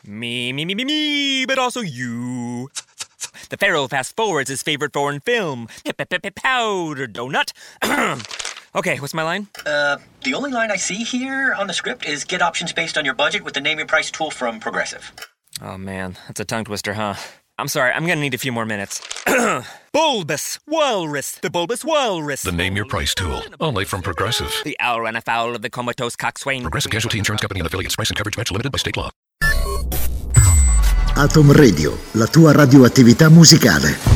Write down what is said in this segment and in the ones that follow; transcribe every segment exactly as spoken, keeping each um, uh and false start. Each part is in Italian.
Me, me, me, me, me, but also you. The Pharaoh fast forwards his favorite foreign film, Powder Donut. Okay, what's my line? Uh, the only line I see here on the script is get options based on your budget with the Name Your Price tool from Progressive. Oh man, that's a tongue twister, huh? I'm sorry, I'm gonna need a few more minutes. Bulbous Walrus, the Bulbous Walrus. The Name Your Price tool, only from Progressive. The owl ran afoul of the comatose coxswain. Progressive Casualty Insurance Company and affiliates. Price and coverage match limited by state law. Atom Radio, la tua radioattività musicale.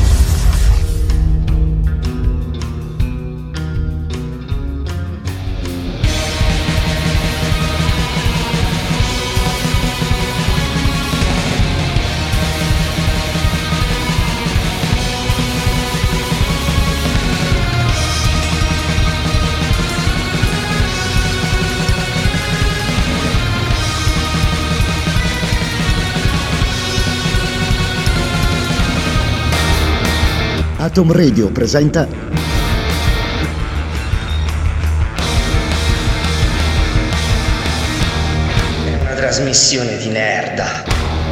Atom Radio presenta È una trasmissione di nerda.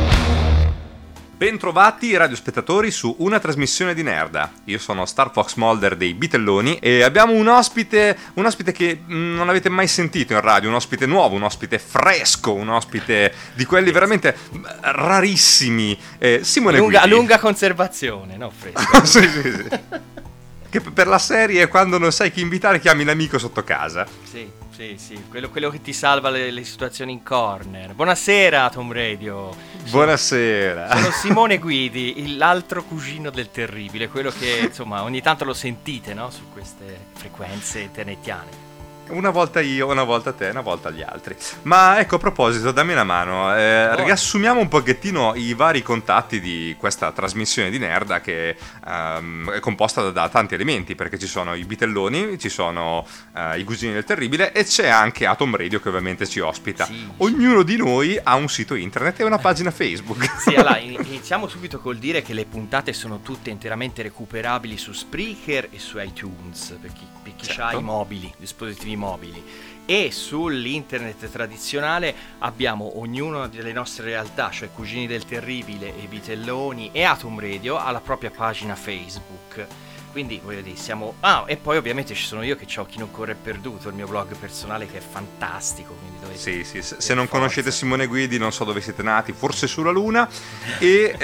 Bentrovati radiospettatori su una trasmissione di Nerda. Io sono Star Fox Mulder dei Bitelloni e abbiamo un ospite, un ospite che non avete mai sentito in radio, un ospite nuovo, un ospite fresco, un ospite di quelli veramente rarissimi. Eh, Simone lunga, Guidi. A lunga conservazione, no? Fresco. sì, sì, sì. Che per la serie quando non sai chi invitare chiami l'amico sotto casa. Sì, sì, sì, quello, quello che ti salva le, le situazioni in corner. Buonasera Atom Radio. Buonasera. Sono Simone Guidi, l'altro cugino del terribile, quello che insomma ogni tanto lo sentite, no? Su queste frequenze internetiane. Una volta io, una volta te, una volta gli altri. Ma ecco, a proposito, dammi una mano. Eh, oh. Riassumiamo un pochettino i vari contatti di questa trasmissione di Nerda che um, è composta da, da tanti elementi, perché ci sono i Bitelloni, ci sono uh, i Cugini del Terribile e c'è anche Atom Radio che ovviamente ci ospita. Sì, Ognuno sì. di noi ha un sito internet e una pagina Facebook. Sì, allora iniziamo subito col dire che le puntate sono tutte interamente recuperabili su Spreaker e su iTunes, per chi, per chi certo. ha i mobili, dispositivi mobili, e sull'internet tradizionale abbiamo ognuno delle nostre realtà, cioè Cugini del Terribile e Bitelloni e Atom Radio, alla propria pagina Facebook. Quindi voglio dire, siamo... Ah, e poi ovviamente ci sono io che ho Chi non corre perduto, il mio blog personale che è fantastico, quindi dovete... Sì, sì, se, se non forza. Conoscete Simone Guidi non so dove siete nati, forse sulla Luna. E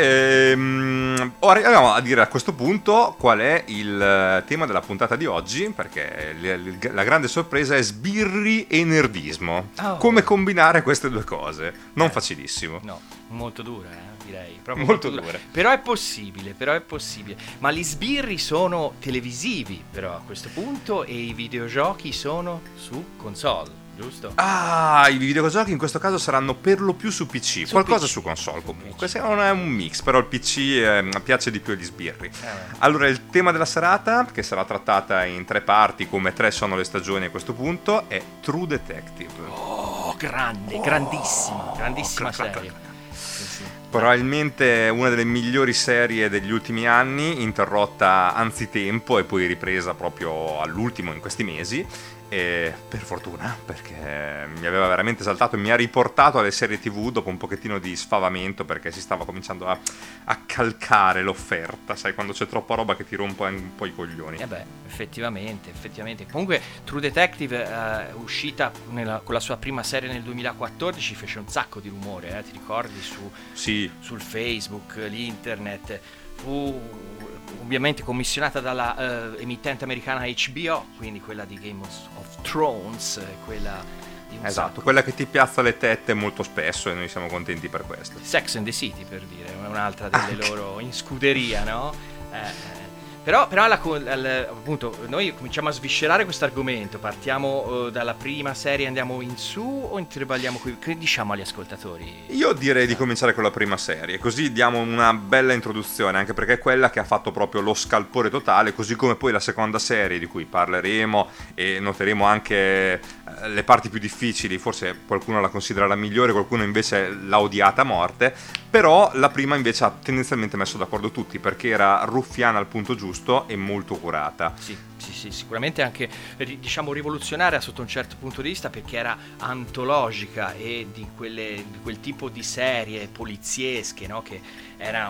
ehm, ora arriviamo a dire a questo punto qual è il tema della puntata di oggi, perché la grande sorpresa è sbirri e nerdismo. Oh. Come combinare queste due cose? Non eh, facilissimo. No, molto dura, eh. Direi proprio molto, molto dure. Però è possibile, però è possibile. Ma gli sbirri sono televisivi, però a questo punto, e i videogiochi sono su console, giusto? Ah, i videogiochi in questo caso saranno per lo più su P C, su qualcosa P C. su console comunque. Se non è un mix, però il P C eh, piace di più agli sbirri. Eh. Allora, il tema della serata, che sarà trattata in tre parti, come tre sono le stagioni a questo punto, è True Detective. Oh, grande, oh, grandissima, grandissima oh, serie. Sì, sì. Probabilmente una delle migliori serie degli ultimi anni, interrotta anzitempo e poi ripresa proprio all'ultimo in questi mesi. E per fortuna, perché mi aveva veramente saltato e mi ha riportato alle serie tv dopo un pochettino di sfavamento, perché si stava cominciando a, a calcare l'offerta, sai, quando c'è troppa roba che ti rompe un po' i coglioni. Eh beh, effettivamente, effettivamente. Comunque True Detective, eh, uscita nella, con la sua prima serie nel duemilaquattordici, fece un sacco di rumore, eh, ti ricordi? Su, sì. Sul Facebook, l'internet, fu... ovviamente commissionata dalla uh, emittente americana H B O, quindi quella di Game of Thrones, quella di un esatto, sacco. Quella che ti piazza le tette molto spesso e noi siamo contenti per questo. Sex and the City, per dire, un'altra delle loro in scuderia, no? Eh, Però, però alla, al, appunto, noi cominciamo a sviscerare questo argomento. Partiamo uh, dalla prima serie, andiamo in su o intervalliamo qui? Che diciamo agli ascoltatori? Io direi di cominciare con la prima serie, così diamo una bella introduzione, anche perché è quella che ha fatto proprio lo scalpore totale, così come poi la seconda serie di cui parleremo e noteremo anche eh, le parti più difficili. Forse qualcuno la considera la migliore, qualcuno invece l'ha odiata a morte, però la prima invece ha tendenzialmente messo d'accordo tutti, perché era ruffiana al punto giusto e molto curata. Sì, sì, sì, sicuramente anche diciamo rivoluzionaria sotto un certo punto di vista, perché era antologica e di, quelle, di quel tipo di serie poliziesche, no? Che era,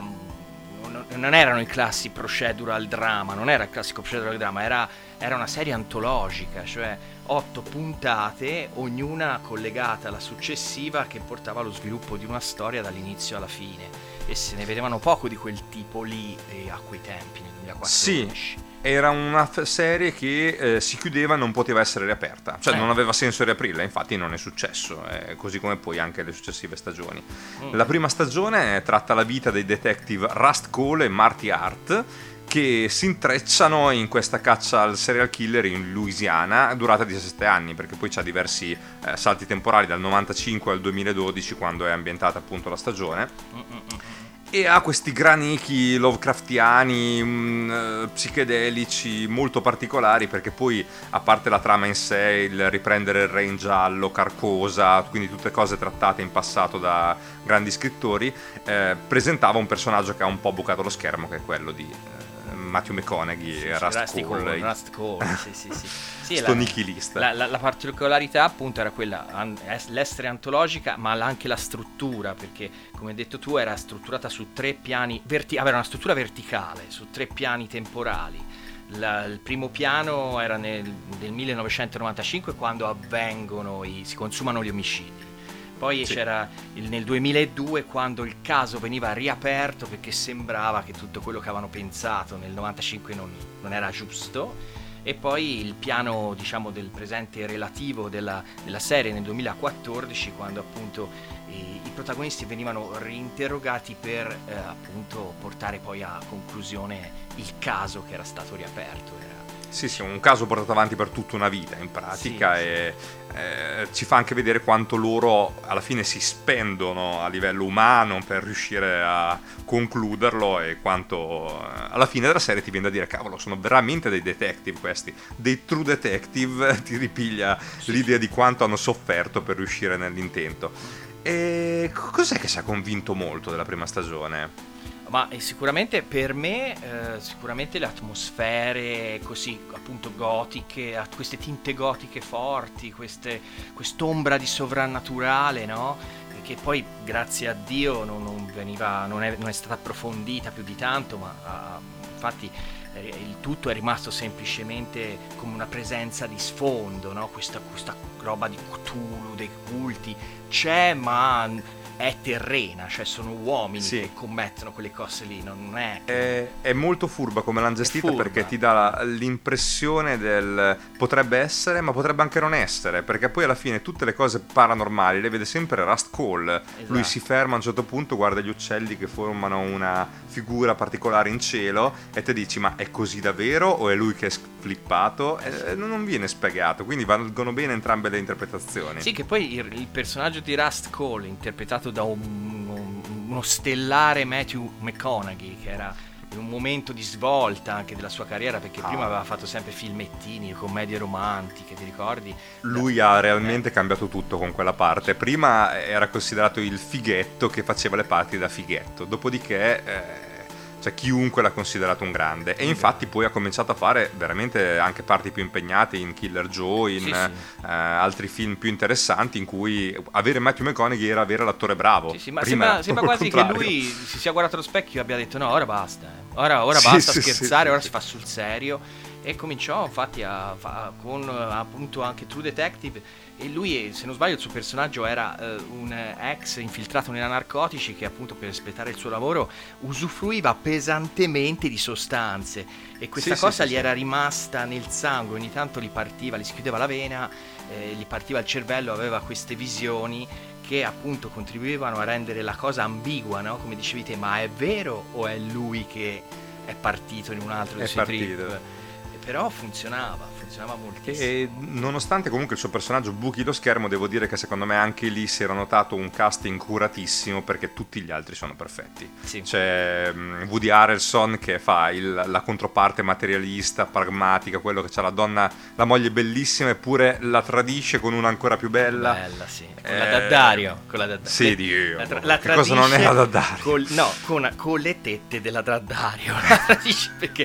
non erano i classici procedural drama, non era il classico procedural drama, era, era una serie antologica, cioè otto puntate, ognuna collegata alla successiva, che portava allo sviluppo di una storia dall'inizio alla fine, e se ne vedevano poco di quel tipo lì eh, a quei tempi, nel duemilaquattordici. Sì, era una f- serie che eh, si chiudeva e non poteva essere riaperta, cioè eh. non aveva senso riaprirla, infatti non è successo, eh, così come poi anche le successive stagioni. Mm. La prima stagione tratta la vita dei detective Rust Cole e Marty Hart, che si intrecciano in questa caccia al serial killer in Louisiana, durata diciassette anni, perché poi c'ha diversi eh, salti temporali dal novantacinque al duemiladodici, quando è ambientata appunto la stagione. Mm-mm. E ha questi granichi Lovecraftiani, mh, psichedelici, molto particolari, perché poi, a parte la trama in sé, il riprendere il re in giallo, Carcosa, quindi tutte cose trattate in passato da grandi scrittori, eh, presentava un personaggio che ha un po' bucato lo schermo, che è quello di eh, Matthew McConaughey, sì, Rust sì, Cole, Rust Cole, sì, sì, sì. Sì, sto nichilista. La, la, la particolarità appunto era quella, an, l'essere antologica, ma anche la struttura, perché come hai detto tu era strutturata su tre piani, verti- aveva una struttura verticale, su tre piani temporali. La, il primo piano era nel, nel millenovecentonovantacinque, quando avvengono, i, si consumano gli omicidi. Poi sì. c'era il, nel duemiladue, quando il caso veniva riaperto, perché sembrava che tutto quello che avevano pensato nel novantacinque non, non era giusto. E poi il piano, diciamo, del presente relativo della, della serie nel duemilaquattordici, quando appunto i, i protagonisti venivano reinterrogati per eh, appunto portare poi a conclusione il caso che era stato riaperto. Era... Sì, sì, un caso portato avanti per tutta una vita in pratica, sì, e sì. Eh, ci fa anche vedere quanto loro alla fine si spendono a livello umano per riuscire a concluderlo, e quanto eh, alla fine della serie ti viene da dire: cavolo, sono veramente dei detective questi, dei true detective. Ti ripiglia sì. l'idea di quanto hanno sofferto per riuscire nell'intento. E cos'è che ci ha convinto molto della prima stagione? Ma eh, sicuramente per me, eh, sicuramente le atmosfere così appunto gotiche, queste tinte gotiche forti, queste, quest'ombra di sovrannaturale, no? Che poi grazie a Dio non, non veniva, non è, non è stata approfondita più di tanto, ma uh, infatti eh, il tutto è rimasto semplicemente come una presenza di sfondo, no? Questa, questa roba di Cthulhu, dei culti c'è, ma è terrena, cioè sono uomini sì. che commettono quelle cose lì, non è... È, è molto furba come l'hanno gestita, perché ti dà la, l'impressione del potrebbe essere, ma potrebbe anche non essere, perché poi alla fine tutte le cose paranormali le vede sempre Rust Cole. Esatto. Lui si ferma a un certo punto, guarda gli uccelli che formano una figura particolare in cielo, e te dici: ma è così davvero o è lui che è flippato? E non viene spiegato, quindi valgono bene entrambe le interpretazioni. Sì, che poi il, il personaggio di Rust Cole, interpretato da un, un, uno stellare Matthew McConaughey, che era in un momento di svolta anche della sua carriera, perché ah. prima aveva fatto sempre filmettini, commedie romantiche, ti ricordi? Lui ha realmente eh. cambiato tutto con quella parte. Prima era considerato il fighetto che faceva le parti da fighetto, dopodiché eh, cioè chiunque l'ha considerato un grande, e infatti poi ha cominciato a fare veramente anche parti più impegnate in Killer Joe, in sì, sì. Eh, altri film più interessanti, in cui avere Matthew McConaughey era avere l'attore bravo. Sì, sì, ma sembra, sembra quasi contrario. Che lui si sia guardato allo specchio e abbia detto: no, ora basta, eh. ora, ora sì, basta sì, scherzare, sì, ora sì. si fa sul serio. E cominciò infatti a, a, con appunto anche True Detective, e lui, se non sbaglio, il suo personaggio era uh, un ex infiltrato nella narcotici che appunto per espletare il suo lavoro usufruiva pesantemente di sostanze, e questa sì, cosa sì, gli sì. era rimasta nel sangue. Ogni tanto gli partiva, gli si chiudeva la vena, eh, gli partiva il cervello, aveva queste visioni che appunto contribuivano a rendere la cosa ambigua, no? Come dicevi te, ma è vero o è lui che è partito in un altro dei suoi trip? Però funzionava, funzionava moltissimo. E nonostante comunque il suo personaggio buchi lo schermo, devo dire che secondo me anche lì si era notato un casting curatissimo, perché tutti gli altri sono perfetti. Sì. C'è Woody Harrelson che fa il, la controparte materialista, pragmatica, quello che c'ha la donna, la moglie bellissima, eppure la tradisce con una ancora più bella. Bella, sì. Con eh... la Daddario. Con la Daddario. Sì, Dio. La, tra- la che cosa non è la Daddario? Col, no, con, con le tette della Daddario. La tradisce perché...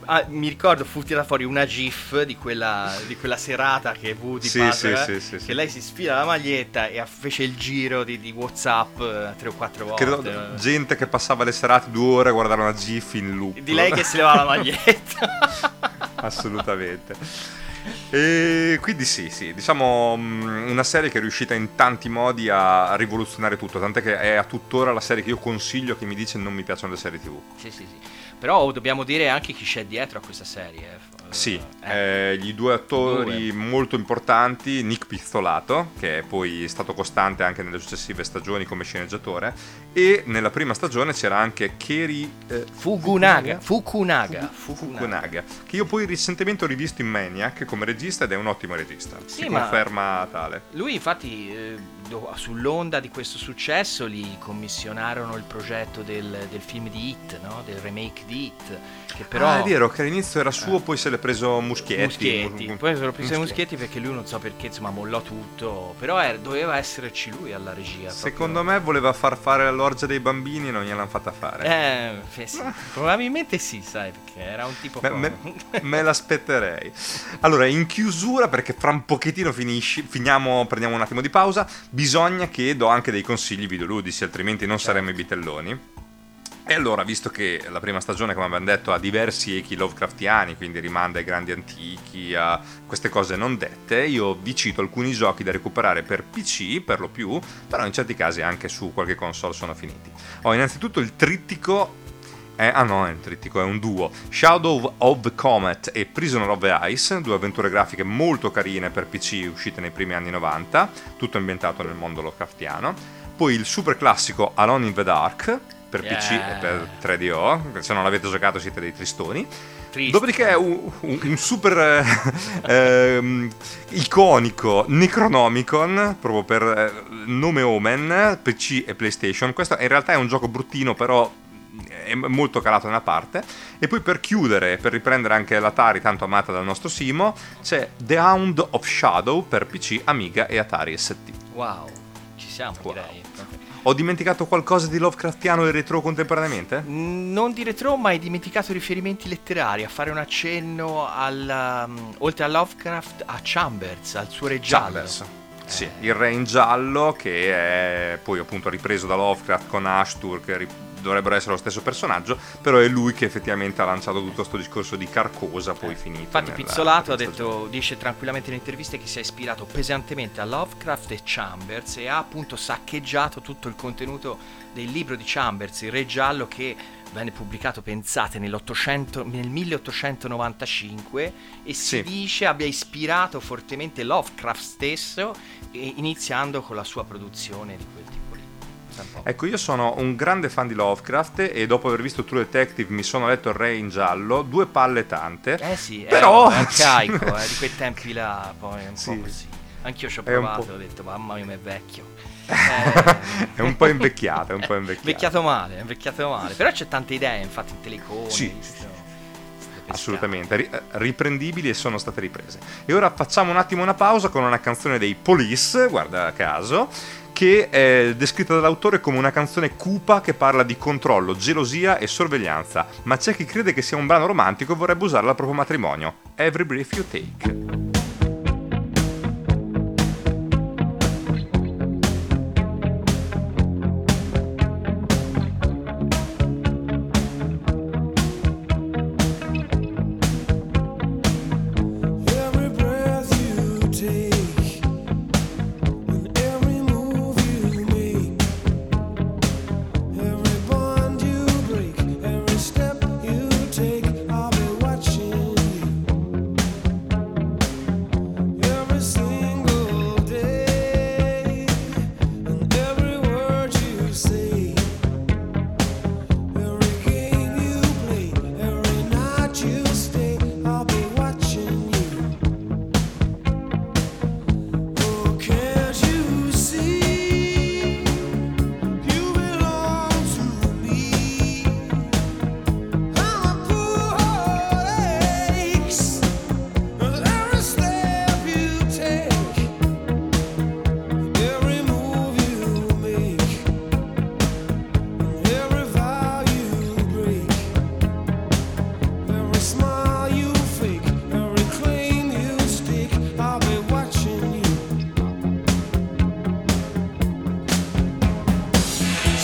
ah, mi ricordo fu tirata fuori una gif di quella, di quella serata che Woody sì, Buzzer, sì, sì, sì, che sì. lei si sfila la maglietta e fece il giro di, di WhatsApp eh, tre o quattro volte. Credo gente che passava le serate due ore a guardare una gif in loop. Di lei che si levava la maglietta. Assolutamente. E quindi sì, sì, diciamo mh, una serie che è riuscita in tanti modi a rivoluzionare tutto, tant'è che è a tuttora la serie che io consiglio a chi mi dice non mi piacciono le serie tivù. Sì, sì, sì. Però dobbiamo dire anche chi c'è dietro a questa serie. Sì, eh. eh, gli due attori Due. molto importanti, Nick Pizzolato, che è poi stato costante anche nelle successive stagioni come sceneggiatore, e nella prima stagione c'era anche Keri eh, Fukunaga. Fukunaga. Fukunaga. Fukunaga, che io poi recentemente ho rivisto in Maniac come regista ed è un ottimo regista, Sì, si ma conferma tale. Lui infatti eh, do- sull'onda di questo successo gli commissionarono il progetto del, del film di Hit, no? Del remake di Hit, che però Ah, è vero che all'inizio era suo, Eh. poi se l'è preso Muschietti. Muschietti, Mu- poi se lo prese Muschietti. Muschietti perché lui non so perché insomma mollò tutto, però era- doveva esserci lui alla regia. Secondo me voleva far fare l'orgia dei bambini e non gliel'hanno fatta fare. Eh, sì, probabilmente sì, sai, perché era un tipo Me, come- me- me l'aspetterei. Allora, in chiusura, perché fra un pochettino finisci, finiamo, prendiamo un attimo di pausa, bisogna che do anche dei consigli videoludici, altrimenti non saremmo i bitelloni. E allora, visto che la prima stagione, come abbiamo detto, ha diversi echi Lovecraftiani, quindi rimanda ai grandi antichi, a queste cose non dette, io vi cito alcuni giochi da recuperare per P C, per lo più, però in certi casi anche su qualche console sono finiti. Ho innanzitutto il trittico, eh, ah no, è un trittico, è un duo, Shadow of the Comet e Prisoner of the Ice, due avventure grafiche molto carine per P C uscite nei primi anni novanta, tutto ambientato nel mondo Lovecraftiano. Poi il super classico Alone in the Dark, per Yeah. P C e per tre D O, se non l'avete giocato siete dei tristoni. Triste. Dopodiché un, un, un super eh, ehm, iconico Necronomicon, proprio per eh, nome Omen, P C e PlayStation. Questo in realtà è un gioco bruttino, però è molto calato nella parte. E poi per chiudere, per riprendere anche l'Atari tanto amata dal nostro Simo, c'è The Hound of Shadow per P C, Amiga e Atari S T. Wow, ci siamo Wow. direi. Ho dimenticato qualcosa di Lovecraftiano e retro contemporaneamente? Mm, Non di retro, ma hai dimenticato riferimenti letterari, a fare un accenno al, um, oltre a Lovecraft, a Chambers, al suo re giallo. Chambers. Sì, il re in giallo, che è poi appunto ripreso da Lovecraft con Ashtur, che ri- dovrebbero essere lo stesso personaggio, però è lui che effettivamente ha lanciato tutto questo discorso di Carcosa poi finito. Infatti nella- Pizzolato ha nella stagione. detto, dice tranquillamente in interviste che si è ispirato pesantemente a Lovecraft e Chambers e ha appunto saccheggiato tutto il contenuto del libro di Chambers, il re giallo, che venne pubblicato, pensate, nell'ottocento, nel milleottocentonovantacinque, e si Sì. dice abbia ispirato fortemente Lovecraft stesso, e- iniziando con la sua produzione di quel tipo lì. Pensa un po'. Ecco, io sono un grande fan di Lovecraft e dopo aver visto True Detective mi sono letto il re in giallo, due palle tante. Eh sì, però è arcaico, eh, di quei tempi là, poi un Sì. po' così. Anch'io ci ho È un provato po'. e ho detto, mamma mia, ma è vecchio. È un po' invecchiato, è un po' invecchiato. Invecchiato male, è invecchiato male. Però c'è tante idee, infatti, in teleconi. Sì, sono state pescate. Assolutamente, ri- riprendibili e sono state riprese. E ora facciamo un attimo una pausa con una canzone dei Police, guarda caso, che è descritta dall'autore come una canzone cupa che parla di controllo, gelosia e sorveglianza, ma c'è chi crede che sia un brano romantico e vorrebbe usarla al proprio matrimonio. Every Breath You Take. Every breath you take, and every move you make, every bond you break, every step you take, I'll be watching you.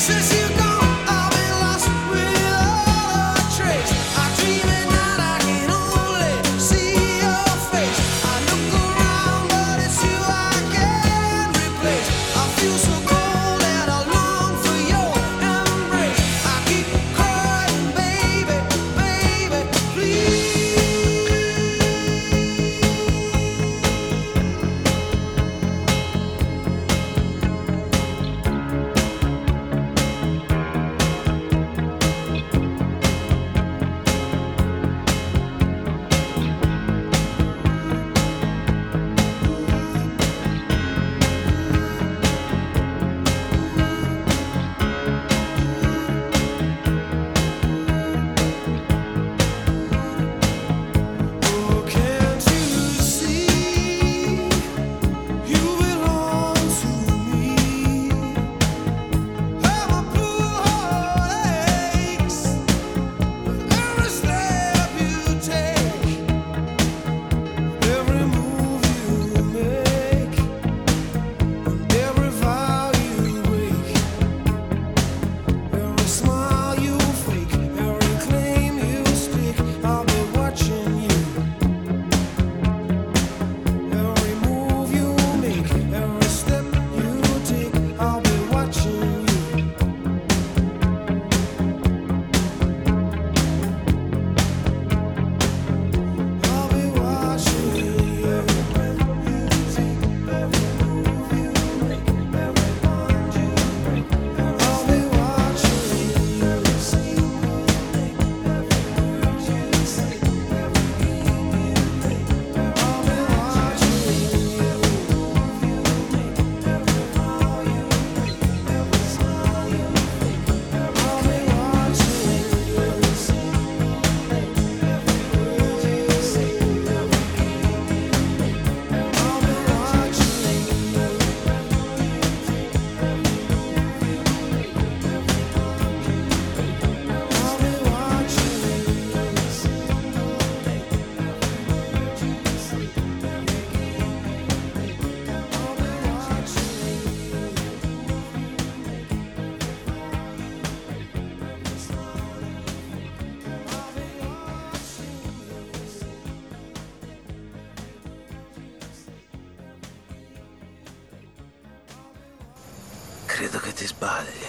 Credo che ti sbagli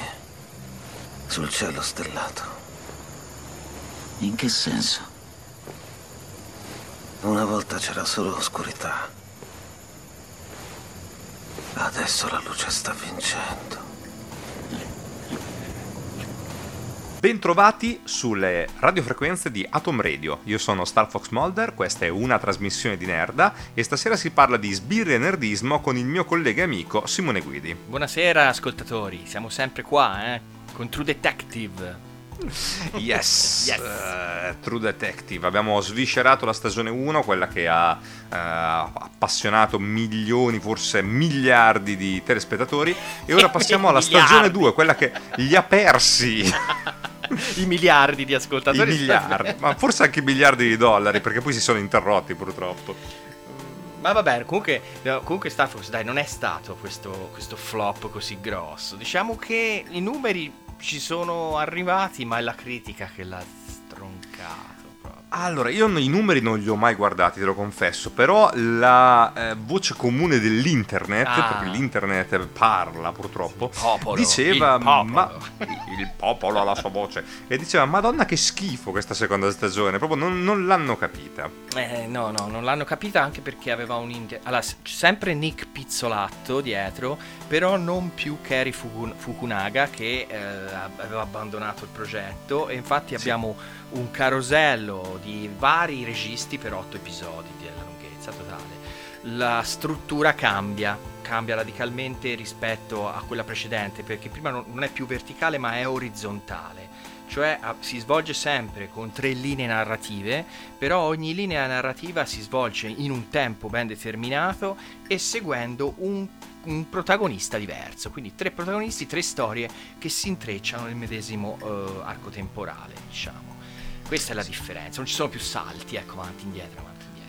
sul cielo stellato. In che senso? Una volta c'era solo oscurità. Adesso la luce sta vincendo. Bentrovati sulle radiofrequenze di Atom Radio. Io sono Star Fox Mulder, questa è una trasmissione di Nerda e stasera si parla di sbirri e nerdismo con il mio collega e amico Simone Guidi. Buonasera ascoltatori, siamo sempre qua, eh, con True Detective. Yes, yes. Uh, True Detective. Abbiamo sviscerato la stagione uno, quella che ha uh, appassionato milioni, forse miliardi di telespettatori, e ora passiamo alla stagione due, quella che li ha persi. I miliardi di ascoltatori. I miliardi, ma forse anche i miliardi di dollari, perché poi si sono interrotti purtroppo. Ma vabbè, comunque, no, comunque Star Fox, dai, non è stato questo, questo flop così grosso. Diciamo che i numeri ci sono arrivati, ma è la critica che l'ha stroncato proprio. Allora, io i numeri non li ho mai guardati, te lo confesso, però la eh, voce comune dell'internet, Ah. perché l'internet parla purtroppo, Popolo, diceva, il popolo. ma il popolo ha la sua voce, e diceva, madonna che schifo questa seconda stagione, proprio non, non l'hanno capita. Eh, no, no, non l'hanno capita, anche perché aveva un... Inter- allora, s- sempre Nick Pizzolatto dietro, però non più Cary Fuku- Fukunaga, che eh, aveva abbandonato il progetto, e infatti Sì. abbiamo un carosello di vari registi per otto episodi della lunghezza totale. La struttura cambia, cambia radicalmente rispetto a quella precedente, perché prima non non è più verticale ma è orizzontale, cioè ah, si svolge sempre con tre linee narrative, però ogni linea narrativa si svolge in un tempo ben determinato e seguendo un, un protagonista diverso, quindi tre protagonisti, tre storie che si intrecciano nel medesimo eh, arco temporale, diciamo. Questa è la differenza, non ci sono più salti, ecco, avanti indietro, avanti indietro.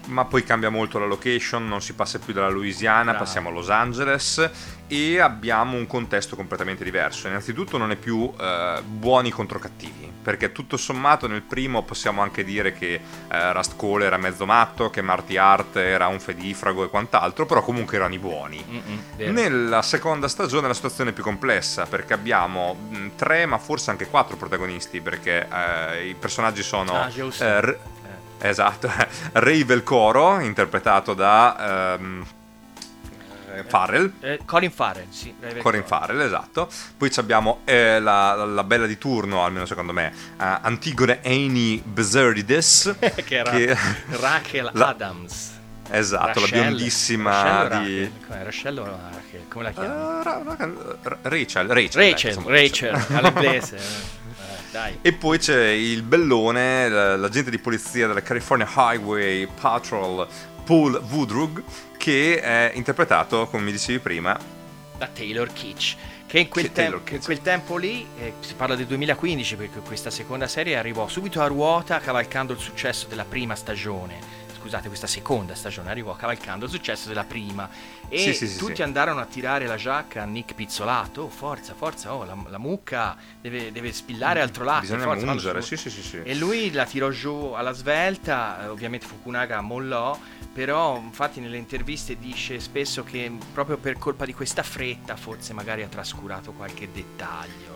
ma poi cambia molto la location, non si passa più dalla Louisiana, Bravo. passiamo a Los Angeles e abbiamo un contesto completamente diverso. Innanzitutto non è più eh, buoni contro cattivi, perché tutto sommato nel primo possiamo anche dire che eh, Rust Cole era mezzo matto, che Marty Hart era un fedifrago e quant'altro, però comunque erano i buoni. vero. Nella seconda stagione la situazione è più complessa, perché abbiamo mh, tre ma forse anche quattro protagonisti, perché eh, i personaggi sono Ah, giusto. eh, R- esatto Ray Velcoro, interpretato da ehm, Farrell, Eh, Colin Farrell, sì. Corin Farrell, esatto. Poi ci abbiamo eh, la, la bella di turno, almeno secondo me, uh, Antigone Amy Bezerdides, che era che- Rachel la- Adams. esatto, Rachel. la biondissima Rachel o di Rachel? Come, Rachel o Rachel? Come la chiami? Uh, Ra- Ra- Rachel, Rachel, Rachel, ecco, Rachel, all'inglese. Eh, dai. E poi c'è il bellone, l- l'agente di polizia della California Highway Patrol, Paul Woodrug, che è interpretato, come mi dicevi prima, Da Taylor Kitsch. Che in quel, Che tem- Taylor che in Kitsch. quel tempo lì, eh, si parla del duemilaquindici, perché questa seconda serie arrivò subito a ruota cavalcando il successo della prima stagione. Scusate, questa seconda stagione arrivò cavalcando il successo della prima. E Sì, sì, sì, tutti sì. andarono a tirare la giacca a Nick Pizzolato. Oh, forza, forza, oh, la, la mucca deve, deve spillare altro latte. bisogna forza, fallo mungere, su. sì sì sì sì. E lui la tirò giù alla svelta, eh, ovviamente Fukunaga mollò, però infatti nelle interviste dice spesso che proprio per colpa di questa fretta forse magari ha trascurato qualche dettaglio.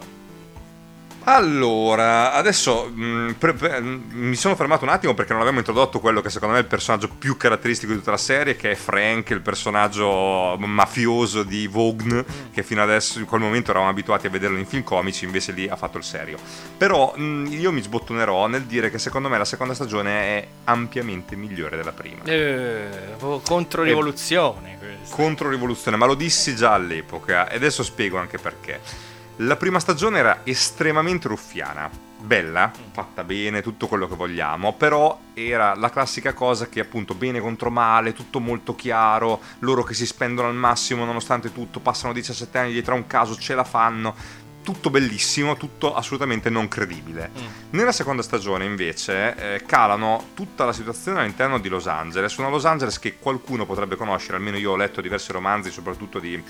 Allora, adesso mh, pre- pre- mh, mi sono fermato un attimo perché non abbiamo introdotto quello che secondo me è il personaggio più caratteristico di tutta la serie, che è Frank, il personaggio mafioso di Vaughn, che fino adesso in quel momento eravamo abituati a vederlo in film comici, invece lì ha fatto il serio. Però mh, io mi sbottonerò nel dire che secondo me la seconda stagione è ampiamente migliore della prima. Eh, contro rivoluzione questo. Controrivoluzione, ma lo dissi già all'epoca e adesso spiego anche perché. La prima stagione era estremamente ruffiana, bella, fatta bene, tutto quello che vogliamo, però era la classica cosa che appunto bene contro male, tutto molto chiaro, loro che si spendono al massimo nonostante tutto, passano diciassette anni dietro a un caso, ce la fanno, tutto bellissimo, tutto assolutamente non credibile. Mm. Nella seconda stagione invece eh, calano tutta la situazione all'interno di Los Angeles, una Los Angeles che qualcuno potrebbe conoscere, almeno io ho letto diversi romanzi, soprattutto di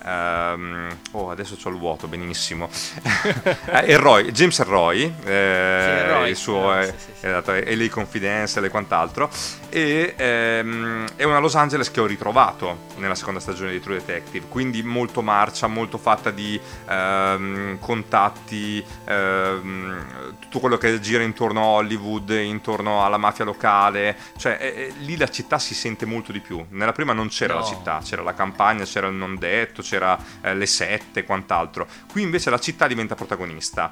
Um, oh, adesso c'ho il vuoto, benissimo. eh, Roy, James Roy, eh, Sì, Roy, il suo eh, eh, sì, sì, sì. esatto, L A Confidential e quant'altro. E ehm, è una Los Angeles che ho ritrovato nella seconda stagione di True Detective, quindi molto marcia, molto fatta di ehm, contatti, ehm, tutto quello che gira intorno a Hollywood, intorno alla mafia locale, cioè eh, eh, lì la città si sente molto di più. Nella prima non c'era No. la città, c'era la campagna, c'era il non detto, c'era eh, le sette e quant'altro. Qui invece la città diventa protagonista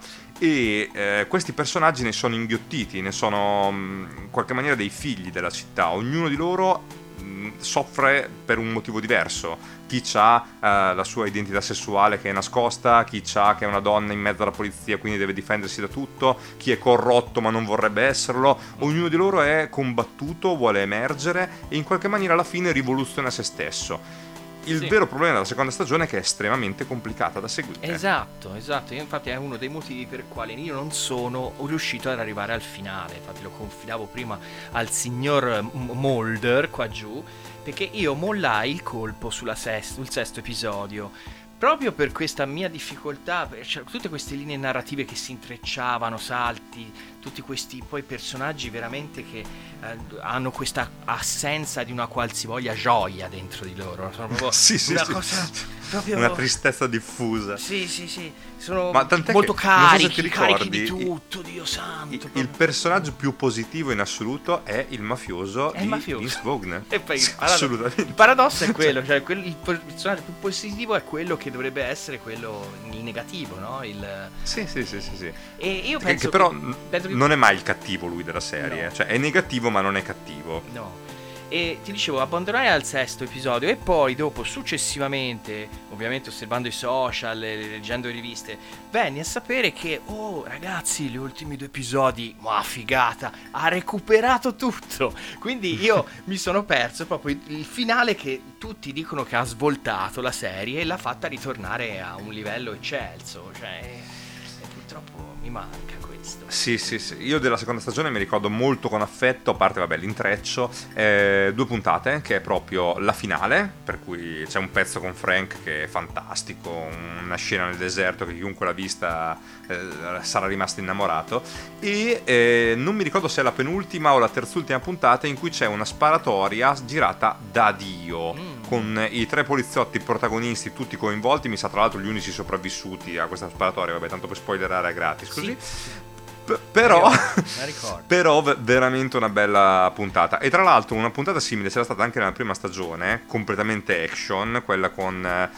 e eh, questi personaggi ne sono inghiottiti, ne sono mh, in qualche maniera dei figli della città. Ognuno di loro mh, soffre per un motivo diverso. Chi ha eh, la sua identità sessuale che è nascosta, chi ha che è una donna in mezzo alla polizia quindi deve difendersi da tutto, chi è corrotto ma non vorrebbe esserlo. Ognuno di loro è combattuto, vuole emergere e in qualche maniera alla fine rivoluziona se stesso. Il Sì. vero problema della seconda stagione è che è estremamente complicata da seguire. Esatto, esatto. Io infatti è uno dei motivi per i quali io non sono riuscito ad arrivare al finale. Infatti lo confidavo prima al signor M- Mulder qua giù, perché io mollai il colpo sulla sesto, sul sesto episodio. Proprio per questa mia difficoltà, per- cioè, tutte queste linee narrative che si intrecciavano, salti, tutti questi poi personaggi veramente che eh, hanno questa assenza di una qualsivoglia gioia dentro di loro. Sono proprio Sì, sì, una sì. cosa proprio... Una tristezza diffusa. Sì, sì, sì, sono Ma tant'è molto che, non so se carichi, ti carichi di ricordi, tutto, Dio santo. Il, proprio. il personaggio più positivo in assoluto è il mafioso È il di mafioso. Vince Vaughn. E poi Sì, il paradosso- assolutamente. il paradosso è quello, cioè quel- il personaggio più positivo è quello che dovrebbe essere quello in negativo, no? Il, Sì, sì, sì, sì, sì. e io Che, penso che però che- penso che- non è mai il cattivo lui della serie, No. cioè è negativo ma non è cattivo. No. E ti dicevo, abbandonai al sesto episodio e poi dopo successivamente, ovviamente osservando i social, e leggendo le riviste, venni a sapere che, oh ragazzi, gli ultimi due episodi, ma figata, ha recuperato tutto. Quindi io mi sono perso proprio il, il finale che tutti dicono che ha svoltato la serie e l'ha fatta ritornare a un livello eccelso, cioè... purtroppo mi manca questo. Sì, sì, sì. Io della seconda stagione mi ricordo molto con affetto, a parte, vabbè, l'intreccio, eh, due puntate, che è proprio la finale, per cui c'è un pezzo con Frank che è fantastico, una scena nel deserto che chiunque l'ha vista eh, sarà rimasto innamorato, e eh, non mi ricordo se è la penultima o la terzultima puntata in cui c'è una sparatoria girata da Dio, mm. con i tre poliziotti protagonisti tutti coinvolti, mi sa tra l'altro gli unici sopravvissuti a questa sparatoria, vabbè, tanto per spoilerare è gratis così. Sì. P- però però v- veramente una bella puntata, e tra l'altro una puntata simile c'era stata anche nella prima stagione, completamente action, quella con eh,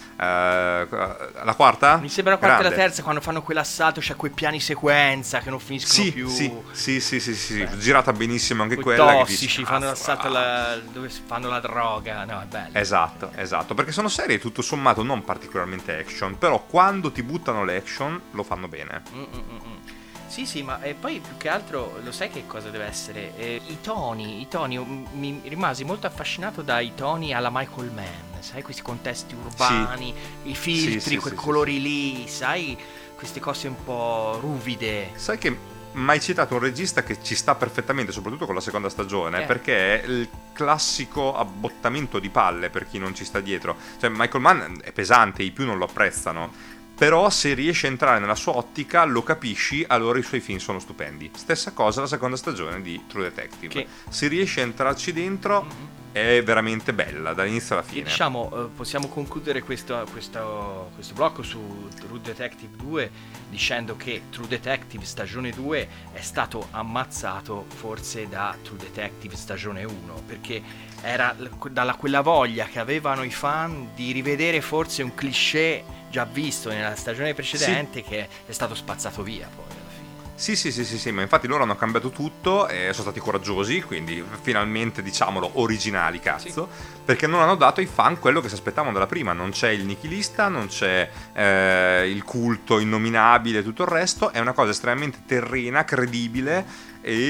la quarta? Mi sembra la quarta e la terza, quando fanno quell'assalto, c'è quei piani sequenza che non finiscono sì, più. Sì, sì, sì, sì, sì, sì. Girata benissimo anche quei quella. Tossici, che dici, fanno ah, l'assalto ah. alla, dove fanno la droga, no, è bello. Esatto, esatto, perché sono serie tutto sommato non particolarmente action, però quando ti buttano l'action lo fanno bene. Mm-mm-mm. Sì, sì, ma e poi più che altro lo sai che cosa deve essere? Eh, I toni, i toni, mi rimasi molto affascinato dai toni alla Michael Mann, sai, questi contesti urbani, sì. I filtri, sì, sì, quei sì, colori sì, lì, sai, queste cose un po' ruvide. Sai che mai citato un regista che ci sta perfettamente, soprattutto con la seconda stagione, eh. perché è il classico abbottamento di palle per chi non ci sta dietro. Cioè Michael Mann è pesante, i più non lo apprezzano, però se riesci a entrare nella sua ottica lo capisci, allora i suoi film sono stupendi. Stessa cosa la seconda stagione di True Detective, che... se riesci a entrarci dentro mm-hmm. è veramente bella dall'inizio alla fine. E diciamo, eh, possiamo concludere questo, questo, questo blocco su True Detective due dicendo che True Detective stagione due è stato ammazzato forse da True Detective stagione uno, perché era dalla quella voglia che avevano i fan di rivedere forse un cliché già visto nella stagione precedente, sì. che è stato spazzato via poi alla fine. Sì, sì, sì, sì, sì, ma infatti loro hanno cambiato tutto e sono stati coraggiosi, quindi finalmente, diciamolo, originali, cazzo, sì. perché non hanno dato ai fan quello che si aspettavano dalla prima. Non c'è il nichilista, non c'è eh, il culto innominabile e tutto il resto, è una cosa estremamente terrena, credibile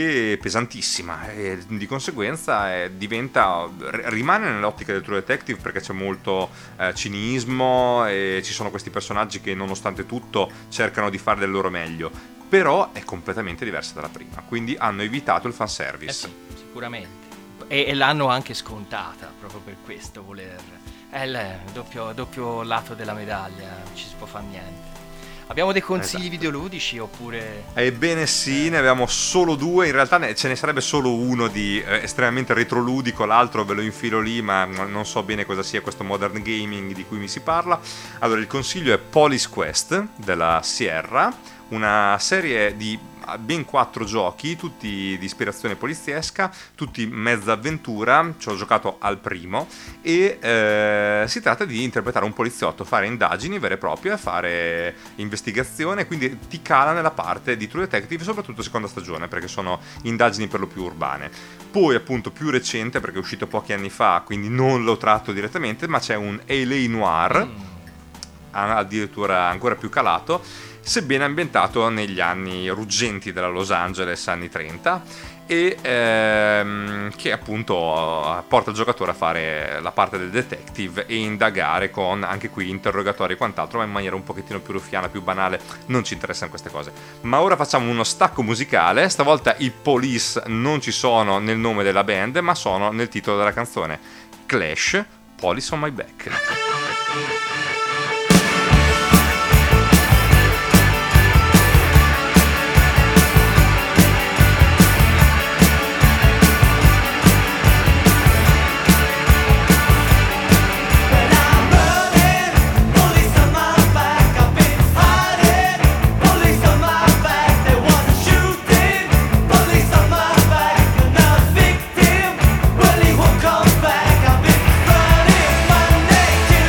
e pesantissima, e di conseguenza eh, diventa rimane nell'ottica del True Detective, perché c'è molto eh, cinismo e ci sono questi personaggi che nonostante tutto cercano di fare del loro meglio, però è completamente diversa dalla prima, quindi hanno evitato il fanservice. Eh sì, sicuramente, e, e l'hanno anche scontata proprio per questo voler, è il doppio, doppio lato della medaglia, non ci si può fare niente. Abbiamo dei consigli esatto. videoludici oppure... Ebbene sì, ne abbiamo solo due, in realtà ne, ce ne sarebbe solo uno di eh, estremamente retroludico, l'altro ve lo infilo lì, ma non so bene cosa sia questo modern gaming di cui mi si parla. Allora, il consiglio è Police Quest della Sierra, una serie di ben quattro giochi, tutti di ispirazione poliziesca, tutti mezza avventura. Ci ho giocato al primo e eh, si tratta di interpretare un poliziotto, fare indagini vere e proprie, fare investigazione, quindi ti cala nella parte di True Detective, soprattutto seconda stagione, perché sono indagini per lo più urbane. Poi appunto più recente, perché è uscito pochi anni fa, quindi non lo tratto direttamente, ma c'è un L A Noir, mm. addirittura ancora più calato, sebbene ambientato negli anni ruggenti della Los Angeles, anni trenta, e ehm, che appunto porta il giocatore a fare la parte del detective e indagare con, anche qui, interrogatori e quant'altro, ma in maniera un pochettino più ruffiana, più banale. Non ci interessano queste cose. Ma ora facciamo uno stacco musicale. Stavolta i Police non ci sono nel nome della band, ma sono nel titolo della canzone. Clash, Police on My Back. Well, he won't come back. I've been running my nation.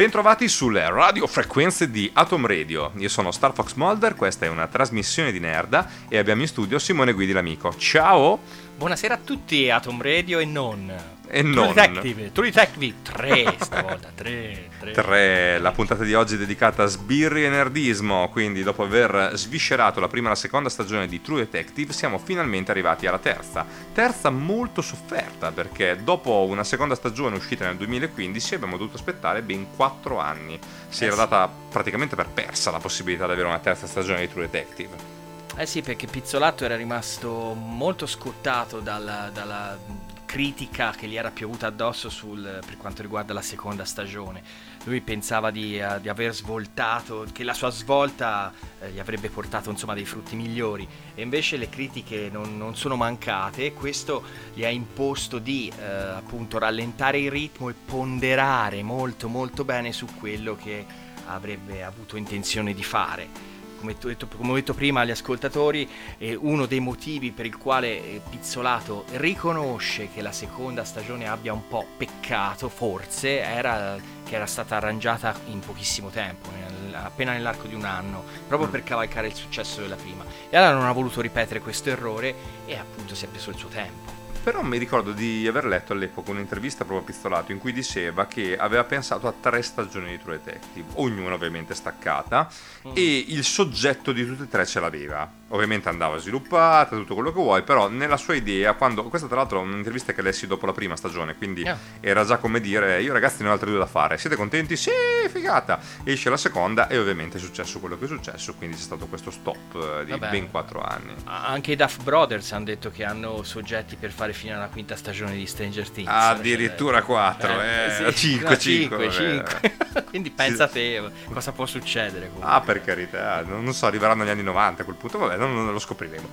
Bentrovati sulle radiofrequenze di Atom Radio. Io sono Star Fox Mulder, questa è una trasmissione di Nerda e abbiamo in studio Simone Guidi l'amico. Ciao! Buonasera a tutti, Atom Radio e non. E True non. Detective, True Detective tre stavolta, tre, tre. tre. La puntata di oggi è dedicata a sbirri e nerdismo, quindi dopo aver sviscerato la prima e la seconda stagione di True Detective siamo finalmente arrivati alla terza. Terza molto sofferta perché dopo una seconda stagione uscita nel duemilaquindici abbiamo dovuto aspettare ben quattro anni. Si eh era sì. data praticamente per persa la possibilità di avere una terza stagione di True Detective. Eh sì, perché Pizzolatto era rimasto molto scottato dalla, dalla critica che gli era piovuta addosso sul, per quanto riguarda la seconda stagione. Lui pensava di, uh, di aver svoltato, che la sua svolta uh, gli avrebbe portato insomma dei frutti migliori, e invece le critiche non, non sono mancate, e questo gli ha imposto di uh, appunto rallentare il ritmo e ponderare molto molto bene su quello che avrebbe avuto intenzione di fare. Come ho, detto, come ho detto prima agli ascoltatori, eh, uno dei motivi per il quale eh, Pizzolato riconosce che la seconda stagione abbia un po' peccato, forse, era che era stata arrangiata in pochissimo tempo, nel, appena nell'arco di un anno, proprio per cavalcare il successo della prima. E allora non ha voluto ripetere questo errore e appunto si è preso il suo tempo. Però mi ricordo di aver letto all'epoca un'intervista proprio a Pizzolato in cui diceva che aveva pensato a tre stagioni di True Detective, ognuna ovviamente staccata, mm. e il soggetto di tutte e tre ce l'aveva. Ovviamente andava sviluppata, tutto quello che vuoi, però nella sua idea, quando questa tra l'altro è un'intervista che lessi dopo la prima stagione, quindi yeah. era già come dire, io ragazzi ne ho altre due da fare, siete contenti? Sì, figata! Esce la seconda e ovviamente è successo quello che è successo, quindi c'è stato questo stop di Vabbè. ben quattro anni. Anche i Duff Brothers hanno detto che hanno soggetti per fare fino alla quinta stagione di Stranger Things. Addirittura cioè, quattro, eh, eh, sì, cinque, cinque, cinque. Quindi pensa te cosa può succedere comunque. Ah, per carità, non, non so, arriveranno gli anni novanta a quel punto, vabbè, non, non lo scopriremo.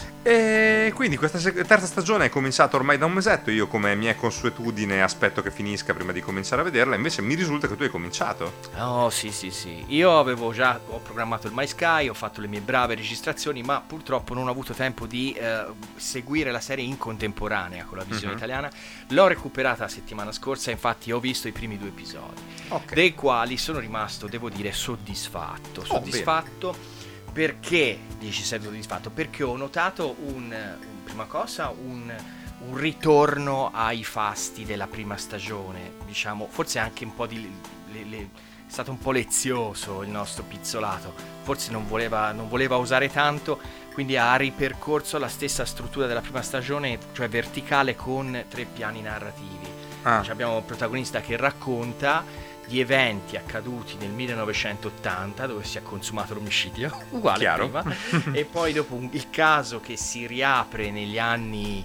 E quindi questa terza stagione è cominciata ormai da un mesetto, io come mia consuetudine aspetto che finisca prima di cominciare a vederla, invece mi risulta che tu hai cominciato. Oh sì sì sì, io avevo già, ho programmato il My Sky, ho fatto le mie brave registrazioni, ma purtroppo non ho avuto tempo di eh, seguire la serie in contemporanea con la visione mm-hmm. italiana. L'ho recuperata la settimana scorsa, infatti ho visto i primi due episodi, okay. dei quali sono rimasto, devo dire, soddisfatto, soddisfatto oh, perché, dici sei soddisfatto, perché ho notato un, un prima cosa, un, un ritorno ai fasti della prima stagione, diciamo, forse anche un po' di... Le, le, è stato un po' lezioso il nostro Pizzolato, forse non voleva, non voleva usare tanto, quindi ha ripercorso la stessa struttura della prima stagione, cioè verticale con tre piani narrativi. Ah. Cioè abbiamo un protagonista che racconta di eventi accaduti nel millenovecentottanta dove si è consumato l'omicidio, uguale Chiaro. prima, e poi dopo un, il caso che si riapre negli anni,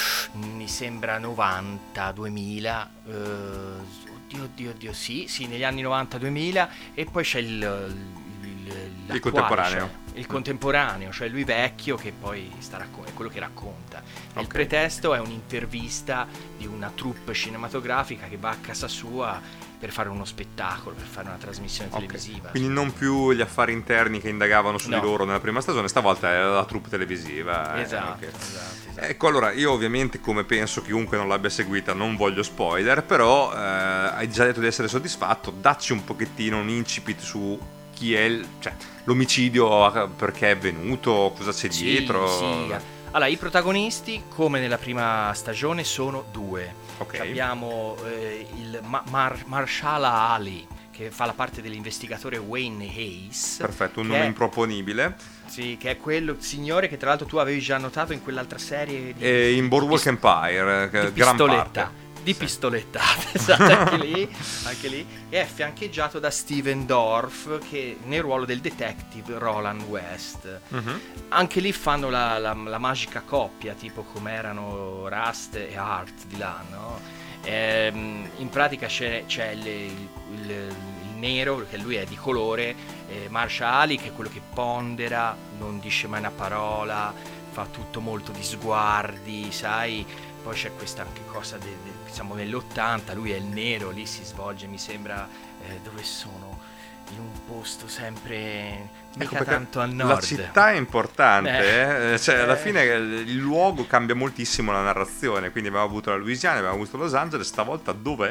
mi sembra novanta duemila, eh, oddio oddio oddio sì, sì, negli anni novanta duemila, e poi c'è il, il, il contemporaneo. Cioè, il contemporaneo, cioè lui vecchio che poi sta raccon- è quello che racconta. Okay. Il pretesto è un'intervista di una troupe cinematografica che va a casa sua per fare uno spettacolo, per fare una trasmissione okay. televisiva. Quindi non più gli affari interni che indagavano su no. di loro nella prima stagione, stavolta è la troupe televisiva. Esatto, eh, okay. esatto, esatto. Ecco, allora io ovviamente, come penso chiunque non l'abbia seguita, non voglio spoiler, però eh, hai già detto di essere soddisfatto, dacci un pochettino un incipit su chi è il, cioè, l'omicidio, perché è avvenuto, cosa c'è sì, dietro. Sì. Allora, i protagonisti, come nella prima stagione, sono due. Okay. Abbiamo eh, il Ma- Mar- Marshala Ali, che fa la parte dell'investigatore Wayne Hayes. Perfetto, un nome è, improponibile. Sì, che è quello signore che tra l'altro tu avevi già notato in quell'altra serie di, e in Boardwalk di, Empire, di gran pistoletta. parte. Di sì. pistolettate, esatto, anche lì, anche lì, e è fiancheggiato da Steven Dorff, che nel ruolo del detective Roland West. Uh-huh. Anche lì fanno la, la, la magica coppia, tipo come erano Rust e Hart di là, no? Ehm, in pratica c'è, c'è il, il, il nero, che lui è di colore, eh, Marsha Ali, che è quello che pondera, non dice mai una parola, fa tutto molto di sguardi, sai. Poi c'è questa anche cosa, de, de, siamo nell'ottanta, lui è il nero, lì si svolge, mi sembra, eh, dove sono? In un posto sempre mica ecco, tanto al nord. La città è importante, eh, eh? Cioè eh. alla fine il luogo cambia moltissimo la narrazione, quindi abbiamo avuto la Louisiana, abbiamo avuto Los Angeles, stavolta dov'è?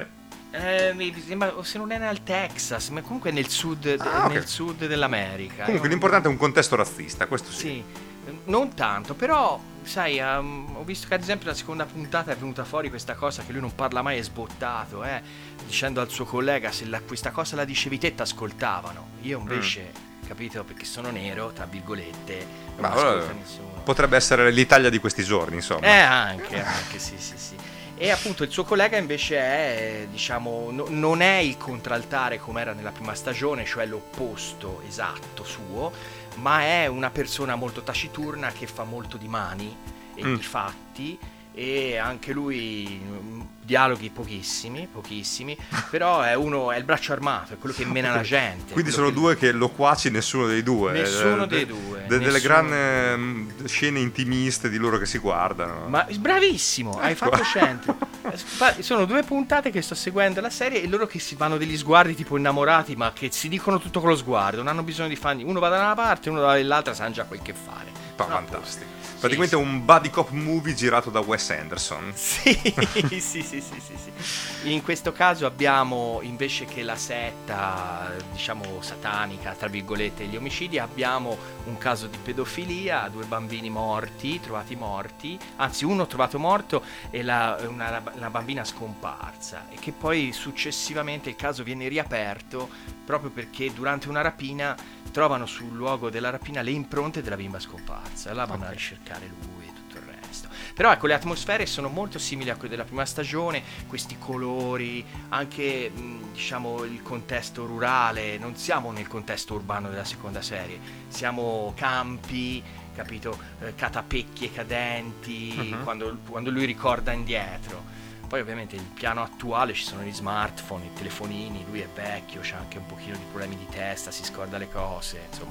Eh, mi sembra, o se non è nel Texas, ma comunque nel sud, Ah, ok. nel sud dell'America. Comunque È un- l'importante è un contesto razzista, questo sì. Sì, non tanto, però sai, um, ho visto che ad esempio la seconda puntata è venuta fuori questa cosa che lui non parla mai, è sbottato, eh, dicendo al suo collega se la- questa cosa la dicevi te t'ascoltavano. Io invece, capito, perché sono nero, tra virgolette, non Ma ascolta allora, nessuno. potrebbe essere l'Italia di questi giorni, insomma. Eh, anche, anche, sì, sì, sì. E appunto il suo collega invece è, diciamo, no- non è il contraltare come era nella prima stagione, cioè l'opposto esatto suo, ma è una persona molto taciturna che fa molto di mani e Mm. di fatti, e anche lui mm, dialoghi pochissimi, pochissimi, però è uno, è il braccio armato, è quello che mena la gente. Quindi quello sono che- due che loquaci, nessuno dei due. Nessuno Eh, dei de- due, de- delle nessuno grandi dei mm, scene intimiste di loro che si guardano. Ma bravissimo, hai Ecco. fatto centro. Fa- Sono due puntate che sto seguendo la serie e loro che si fanno degli sguardi tipo innamorati, ma che si dicono tutto con lo sguardo, non hanno bisogno di fargli. Uno va da una parte, uno dall'altra, sanno già quel che fare. Pa- Sono a fantastico. posto. Praticamente Sì, un buddy cop movie girato da Wes Anderson. Sì, sì, sì, sì, sì, sì. In questo caso abbiamo, invece che la setta, diciamo, satanica, tra virgolette, gli omicidi, abbiamo un caso di pedofilia, due bambini morti, trovati morti, anzi uno trovato morto e la, una, una bambina scomparsa, e che poi successivamente il caso viene riaperto proprio perché durante una rapina trovano sul luogo della rapina le impronte della bimba scomparsa, la vanno a ricercare lui e tutto il resto. Però ecco, le atmosfere sono molto simili a quelle della prima stagione, questi colori, anche mh, diciamo il contesto rurale, non siamo nel contesto urbano della seconda serie, siamo campi, capito, eh, catapecchi e cadenti, Mhm. quando, quando lui ricorda indietro. Poi ovviamente il piano attuale ci sono gli smartphone, i telefonini, lui è vecchio, c'ha anche un pochino di problemi di testa, si scorda le cose, insomma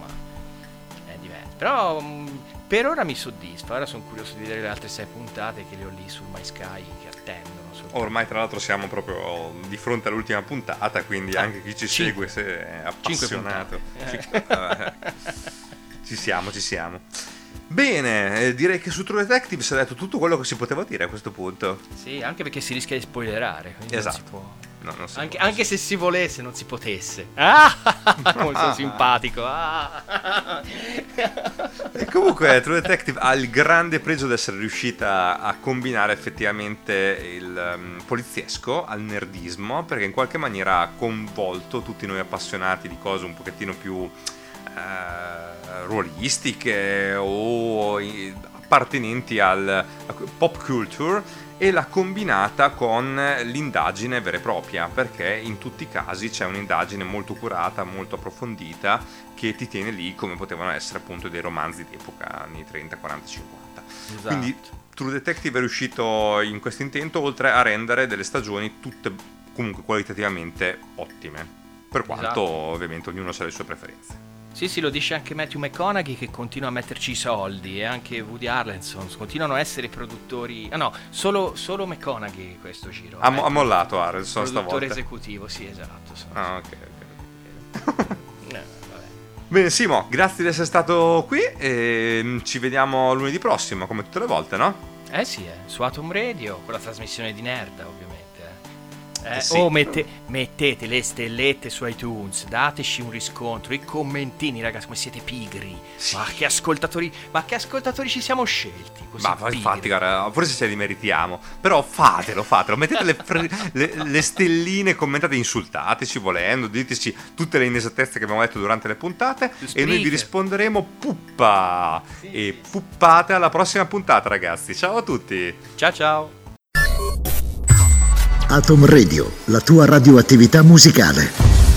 è diverso. Però mh, per ora mi soddisfa, ora sono curioso di vedere le altre sei puntate che le ho lì sul My Sky che attendono. soltanto. Ormai tra l'altro siamo proprio di fronte all'ultima puntata, quindi Ah, anche chi ci cinque. segue se è Cinque appassionato. puntate. Ci- vabbè. Ci siamo, ci siamo. Bene, eh, direi che su True Detective si è detto tutto quello che si poteva dire a questo punto. Sì, anche perché si rischia di spoilerare, quindi non si Esatto. può. No, non si Anche, può. anche se si volesse non si potesse. Ah, come sono simpatico. Ah. E comunque True Detective ha il grande pregio di essere riuscita a combinare effettivamente il um, poliziesco al nerdismo, perché in qualche maniera ha coinvolto tutti noi appassionati di cose un pochettino più eh, ruolistiche o i- appartenenti al a pop culture, e l'ha combinata con l'indagine vera e propria, perché in tutti i casi c'è un'indagine molto curata, molto approfondita, che ti tiene lì come potevano essere appunto dei romanzi d'epoca anni trenta, quaranta, cinquanta. Esatto. Quindi True Detective è riuscito in questo intento, oltre a rendere delle stagioni tutte comunque qualitativamente ottime, per quanto Esatto. ovviamente ognuno ha le sue preferenze. Sì, sì, lo dice anche Matthew McConaughey, che continua a metterci i soldi, e anche Woody Harrelson continuano a essere produttori. Ah no, solo, solo McConaughey questo giro. Ha, eh. mo- ha mollato Harrelson Produttore stavolta. esecutivo, sì, esatto. sono- Ah, ok, ok. Eh, vabbè. Bene, Simo, grazie di essere stato qui e ci vediamo lunedì prossimo, come tutte le volte, no? Eh sì, eh, su Atom Radio, con la trasmissione di Nerd, ovviamente. Eh, Eh sì. Oh, mette- mettete le stellette su iTunes, dateci un riscontro, i commentini, ragazzi, come siete pigri. Sì. Ma che ascoltatori, ma che ascoltatori ci siamo scelti? Così Ma pigri. infatti, guarda, forse ce li meritiamo. Però fatelo, fatelo. Mettete le, fre- le- le stelline, commentate, insultateci volendo, diteci tutte le inesattezze che abbiamo detto durante le puntate Su e noi vi Spreaker. risponderemo puppa. E puppate alla prossima puntata, ragazzi. Ciao a tutti. Ciao ciao. Atom Radio, la tua radioattività musicale.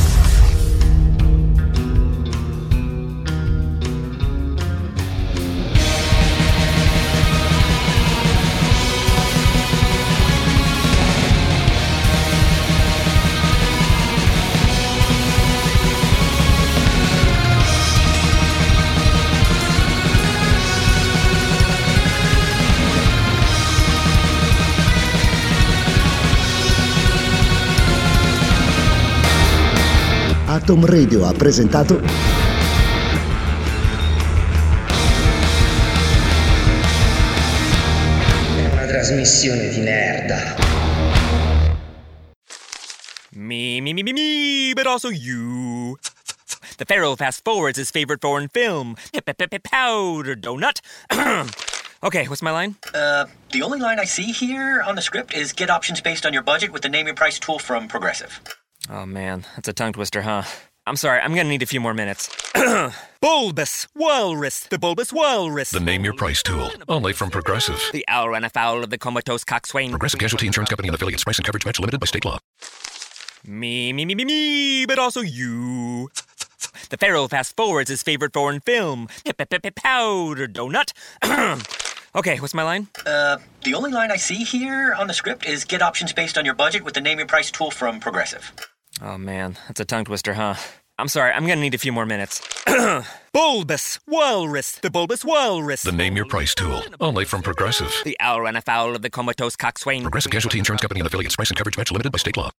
Atom Radio ha presentato È una trasmissione di merda. Me, me, me, me, me, but also you. The Pharaoh fast forwards his favorite foreign film, Powder Donut. Okay, what's my line? Uh, the only line I see here on the script is get options based on your budget with the Name Your Price tool from Progressive. Oh man, that's a tongue twister, huh? I'm sorry, I'm gonna need a few more minutes. Bulbous Walrus, the Bulbous Walrus. The Name Your Price tool, only from Progressive. The owl ran afoul of the comatose coxswain. Progressive Casualty Insurance Company and affiliates. Price and coverage match limited by state law. Me, me, me, me, me, but also you. The Pharaoh fast forwards his favorite foreign film, Powder Donut. Okay, what's my line? Uh, the only line I see here on the script is get options based on your budget with the Name Your Price tool from Progressive. Oh man, that's a tongue twister, huh? I'm sorry, I'm gonna need a few more minutes. Bulbous Walrus, the Bulbous Walrus. The Name Your Price tool, only from Progressive. The owl ran afoul of the comatose coxswain. Progressive Casualty Insurance Company and affiliates. Price and coverage match limited by state law.